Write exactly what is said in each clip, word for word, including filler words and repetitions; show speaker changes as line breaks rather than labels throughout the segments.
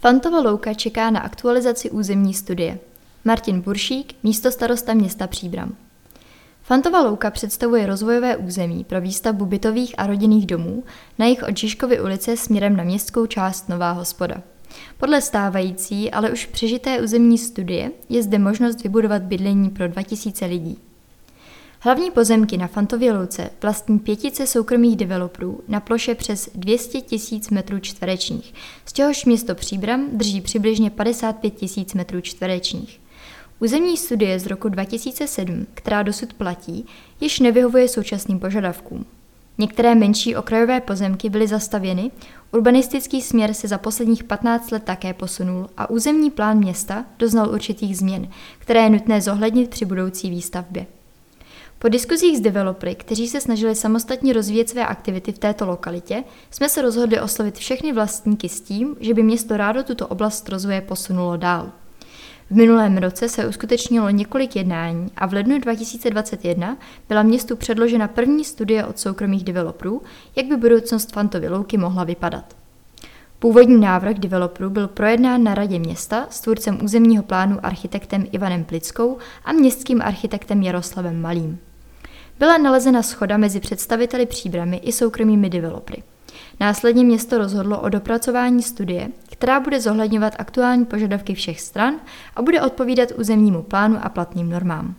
Fantova louka čeká na aktualizaci územní studie. Martin Buršík, místostarosta města Příbram. Fantova louka představuje rozvojové území pro výstavbu bytových a rodinných domů na jih od Žižkovy ulice směrem na městskou část Nová Hospoda. Podle stávající, ale už přežité územní studie je zde možnost vybudovat bydlení pro dva tisíce lidí. Hlavní pozemky na Fantově louce vlastní pětice soukromých developerů na ploše přes dvě stě tisíc metrů čtverečních, z čehož město Příbram drží přibližně padesát pět tisíc metrů čtverečních. Územní studie z roku dva tisíce sedm, která dosud platí, již nevyhovuje současným požadavkům. Některé menší okrajové pozemky byly zastavěny, urbanistický směr se za posledních patnáct let také posunul a územní plán města doznal určitých změn, které je nutné zohlednit při budoucí výstavbě. Po diskuzích s developery, kteří se snažili samostatně rozvíjet své aktivity v této lokalitě, jsme se rozhodli oslovit všechny vlastníky s tím, že by město rádo tuto oblast rozvoje posunulo dál. V minulém roce se uskutečnilo několik jednání a v lednu dva tisíce dvacet jedna byla městu předložena první studie od soukromých developerů, jak by budoucnost Fantovy louky mohla vypadat. Původní návrh developerů byl projednán na radě města s tvůrcem územního plánu architektem Ivanem Plickou a městským architektem Jaroslavem Malým. Byla nalezena shoda mezi představiteli Příbrami i soukromými developery. Následně město rozhodlo o dopracování studie, která bude zohledňovat aktuální požadavky všech stran a bude odpovídat územnímu plánu a platným normám.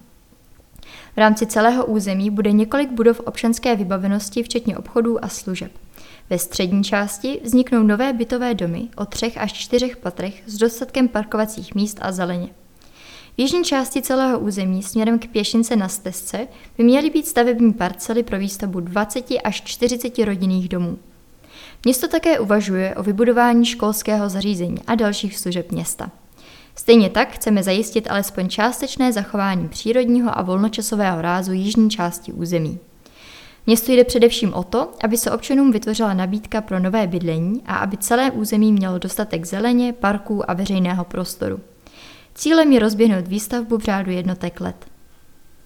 V rámci celého území bude několik budov občanské vybavenosti, včetně obchodů a služeb. Ve střední části vzniknou nové bytové domy o třech až čtyřech patrech s dostatkem parkovacích míst a zeleně. V jižní části celého území směrem k Pěšince na stezce by měly být stavební parcely pro výstavbu dvacet až čtyřicet rodinných domů. Město také uvažuje o vybudování školského zařízení a dalších služeb města. Stejně tak chceme zajistit alespoň částečné zachování přírodního a volnočasového rázu jižní části území. Městu jde především o to, aby se občanům vytvořila nabídka pro nové bydlení a aby celé území mělo dostatek zeleně, parků a veřejného prostoru. Cílem je rozběhnout výstavbu v řádu jednotek let.